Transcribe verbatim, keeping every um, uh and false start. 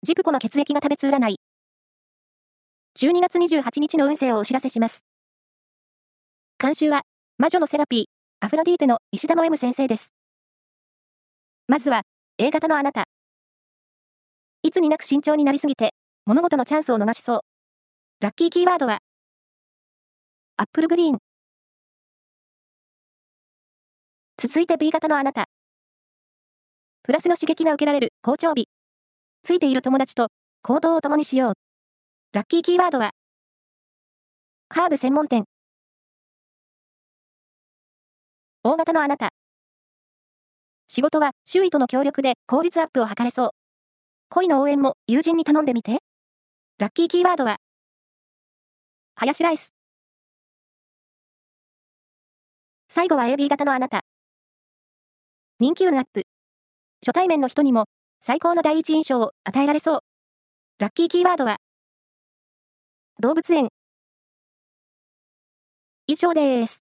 ジプコの血液が食べつ占い。じゅうにがつにじゅうはちにちの運勢をお知らせします。監修は、魔女のセラピー、アフロディーテの石田の M 先生です。まずは、A 型のあなた。いつになく慎重になりすぎて、物事のチャンスを逃しそう。ラッキーキーワードは、アップルグリーン。続いて B 型のあなた。プラスの刺激が受けられる好調日。ついている友達と行動を共にしよう。ラッキーキーワードは、ハーブ専門店。O 型のあなた。仕事は周囲との協力で効率アップを図れそう。恋の応援も友人に頼んでみて。ラッキーキーワードは、ハヤシライス。最後は エービー 型のあなた。人気運アップ。初対面の人にも最高の第一印象を与えられそう。ラッキーキーワードは、動物園。以上です。